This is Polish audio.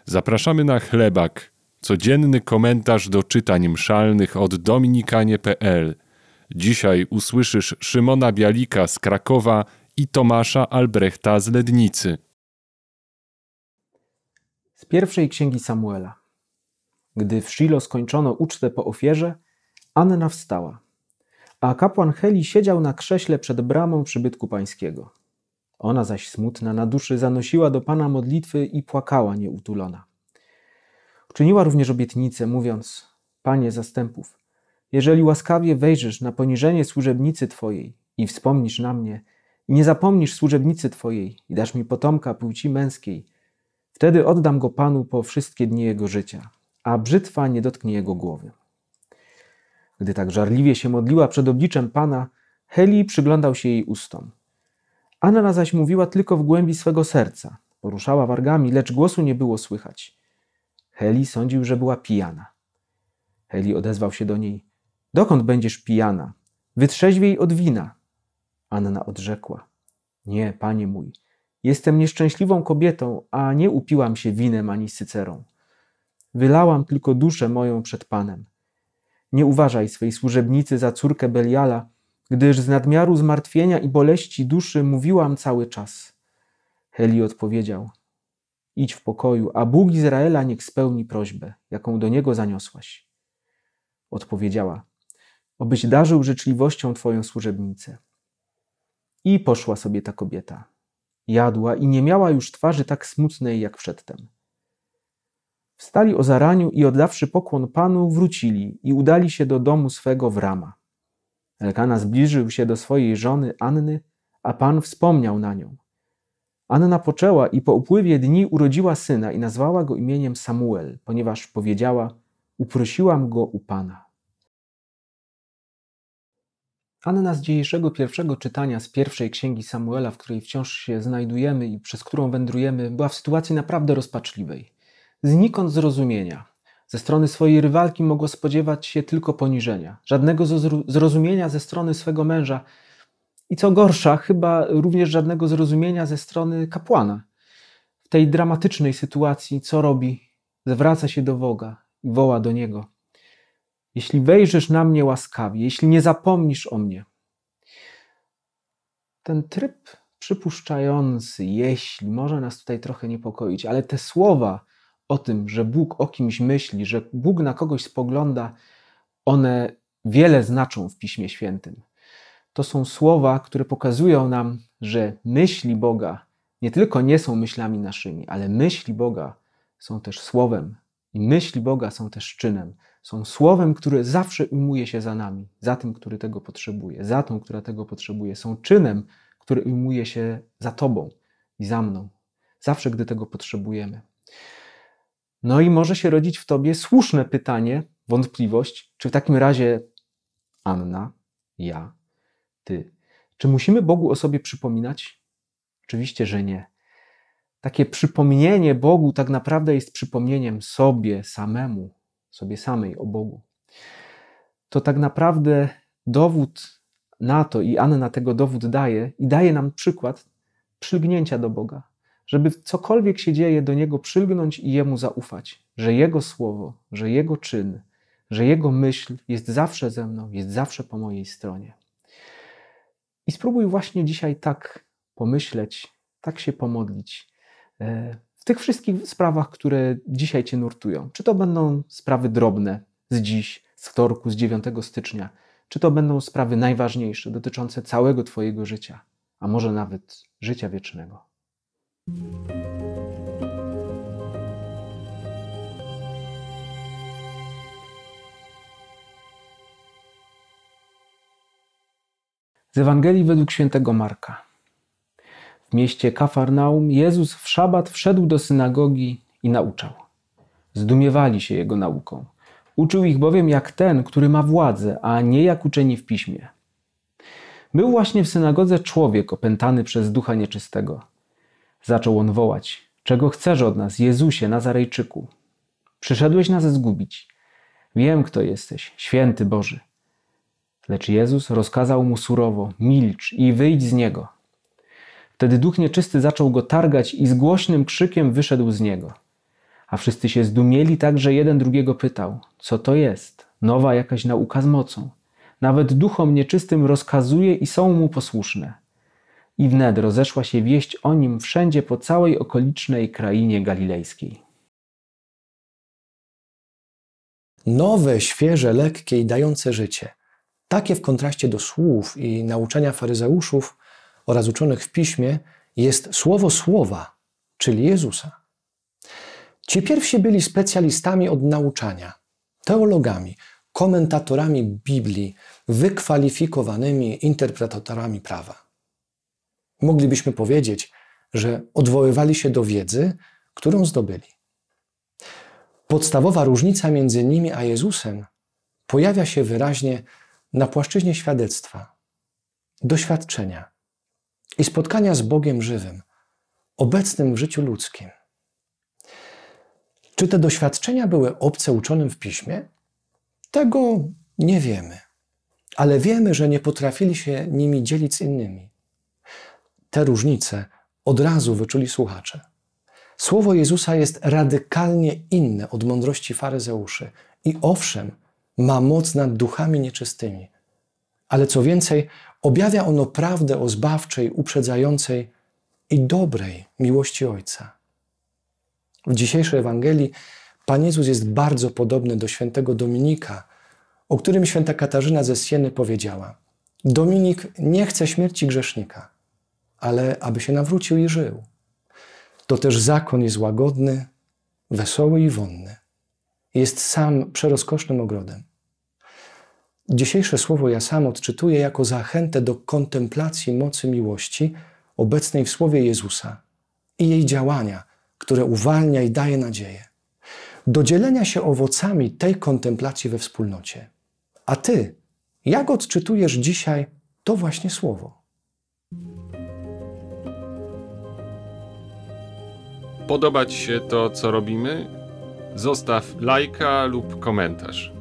Zapraszamy na Chlebak, codzienny komentarz do czytań mszalnych od dominikanie.pl. Dzisiaj usłyszysz Szymona Bialika z Krakowa i Tomasza Albrechta z Lednicy. Z pierwszej księgi Samuela. Gdy w Shilo skończono ucztę po ofierze, Anna wstała, a kapłan Heli siedział na krześle przed bramą przybytku pańskiego. Ona zaś smutna na duszy zanosiła do Pana modlitwy i płakała nieutulona. Uczyniła również obietnicę, mówiąc: Panie zastępów, jeżeli łaskawie wejrzysz na poniżenie służebnicy Twojej i wspomnisz na mnie, i nie zapomnisz służebnicy Twojej i dasz mi potomka płci męskiej, wtedy oddam go Panu po wszystkie dni jego życia, a brzytwa nie dotknie jego głowy. Gdy tak żarliwie się modliła przed obliczem Pana, Heli przyglądał się jej ustom. Anna zaś mówiła tylko w głębi swego serca. Poruszała wargami, lecz głosu nie było słychać. Heli sądził, że była pijana. Heli odezwał się do niej: Dokąd będziesz pijana? Wytrzeźwiej od wina. Anna odrzekła: Nie, panie mój, jestem nieszczęśliwą kobietą, a nie upiłam się winem ani sycerą. Wylałam tylko duszę moją przed Panem. Nie uważaj swej służebnicy za córkę Beliala, gdyż z nadmiaru zmartwienia i boleści duszy mówiłam cały czas. Heli odpowiedział: Idź w pokoju, a Bóg Izraela niech spełni prośbę, jaką do niego zaniosłaś. Odpowiedziała: Obyś darzył życzliwością Twoją służebnicę. I poszła sobie ta kobieta. Jadła i nie miała już twarzy tak smutnej jak przedtem. Wstali o zaraniu i oddawszy pokłon Panu, wrócili i udali się do domu swego w Rama. Elkana zbliżył się do swojej żony Anny, a Pan wspomniał na nią. Anna poczęła i po upływie dni urodziła syna i nazwała go imieniem Samuel, ponieważ powiedziała: Uprosiłam go u Pana. Anna z dzisiejszego pierwszego czytania z pierwszej księgi Samuela, w której wciąż się znajdujemy i przez którą wędrujemy, była w sytuacji naprawdę rozpaczliwej. Znikąd zrozumienia. Ze strony swojej rywalki mogła spodziewać się tylko poniżenia. Żadnego zrozumienia ze strony swego męża. I co gorsza, chyba również żadnego zrozumienia ze strony kapłana. W tej dramatycznej sytuacji co robi? Zwraca się do Boga i woła do Niego: Jeśli wejrzysz na mnie łaskawie, jeśli nie zapomnisz o mnie. Ten tryb przypuszczający, jeśli, może nas tutaj trochę niepokoić, ale te słowa o tym, że Bóg o kimś myśli, że Bóg na kogoś spogląda, one wiele znaczą w Piśmie Świętym. To są słowa, które pokazują nam, że myśli Boga nie tylko nie są myślami naszymi, ale myśli Boga są też słowem i myśli Boga są też czynem. Są słowem, które zawsze ujmuje się za nami, za tym, który tego potrzebuje, za tą, która tego potrzebuje. Są czynem, który ujmuje się za Tobą i za mną, zawsze, gdy tego potrzebujemy. No i może się rodzić w Tobie słuszne pytanie, wątpliwość, czy w takim razie Anna, ja, Ty, czy musimy Bogu o sobie przypominać? Oczywiście, że nie. Takie przypomnienie Bogu tak naprawdę jest przypomnieniem sobie samemu, sobie samej o Bogu. To tak naprawdę dowód na to i Anna tego dowód daje i daje nam przykład przylgnięcia do Boga, żeby cokolwiek się dzieje do Niego przylgnąć i Jemu zaufać, że Jego słowo, że Jego czyn, że Jego myśl jest zawsze ze mną, jest zawsze po mojej stronie. I spróbuj właśnie dzisiaj tak pomyśleć, tak się pomodlić w tych wszystkich sprawach, które dzisiaj Cię nurtują. Czy to będą sprawy drobne z dziś, z wtorku, z 9 stycznia, czy to będą sprawy najważniejsze, dotyczące całego Twojego życia, a może nawet życia wiecznego. Z Ewangelii według świętego Marka. W mieście Kafarnaum Jezus w szabat wszedł do synagogi i nauczał. Zdumiewali się Jego nauką. Uczył ich bowiem jak ten, który ma władzę, a nie jak uczeni w piśmie. Był właśnie w synagodze człowiek opętany przez ducha nieczystego. Zaczął on wołać: Czego chcesz od nas, Jezusie, Nazarejczyku? Przyszedłeś nas zgubić. Wiem, kto jesteś, święty Boży. Lecz Jezus rozkazał mu surowo: milcz i wyjdź z niego. Wtedy duch nieczysty zaczął go targać i z głośnym krzykiem wyszedł z niego. A wszyscy się zdumieli tak, że jeden drugiego pytał, co to jest? Nowa jakaś nauka z mocą. Nawet duchom nieczystym rozkazuje i są mu posłuszne. I wnet rozeszła się wieść o nim wszędzie po całej okolicznej krainie galilejskiej. Nowe, świeże, lekkie i dające życie. Takie w kontraście do słów i nauczania faryzeuszów oraz uczonych w piśmie jest słowo słowa, czyli Jezusa. Ci pierwsi byli specjalistami od nauczania, teologami, komentatorami Biblii, wykwalifikowanymi interpretatorami prawa. Moglibyśmy powiedzieć, że odwoływali się do wiedzy, którą zdobyli. Podstawowa różnica między nimi a Jezusem pojawia się wyraźnie na płaszczyźnie świadectwa, doświadczenia i spotkania z Bogiem żywym, obecnym w życiu ludzkim. Czy te doświadczenia były obce uczonym w piśmie? Tego nie wiemy, ale wiemy, że nie potrafili się nimi dzielić z innymi. Te różnice od razu wyczuli słuchacze. Słowo Jezusa jest radykalnie inne od mądrości faryzeuszy i owszem, ma moc nad duchami nieczystymi, ale co więcej, objawia ono prawdę o zbawczej, uprzedzającej i dobrej miłości Ojca. W dzisiejszej Ewangelii Pan Jezus jest bardzo podobny do świętego Dominika, o którym święta Katarzyna ze Sieny powiedziała: Dominik nie chce śmierci grzesznika, ale aby się nawrócił i żył. To też zakon jest łagodny, wesoły i wonny. Jest sam przerozkosznym ogrodem. Dzisiejsze słowo ja sam odczytuję jako zachętę do kontemplacji mocy miłości obecnej w słowie Jezusa i jej działania, które uwalnia i daje nadzieję. Do dzielenia się owocami tej kontemplacji we wspólnocie. A ty, jak odczytujesz dzisiaj to właśnie słowo? Podoba Ci się to, co robimy? Zostaw lajka lub komentarz.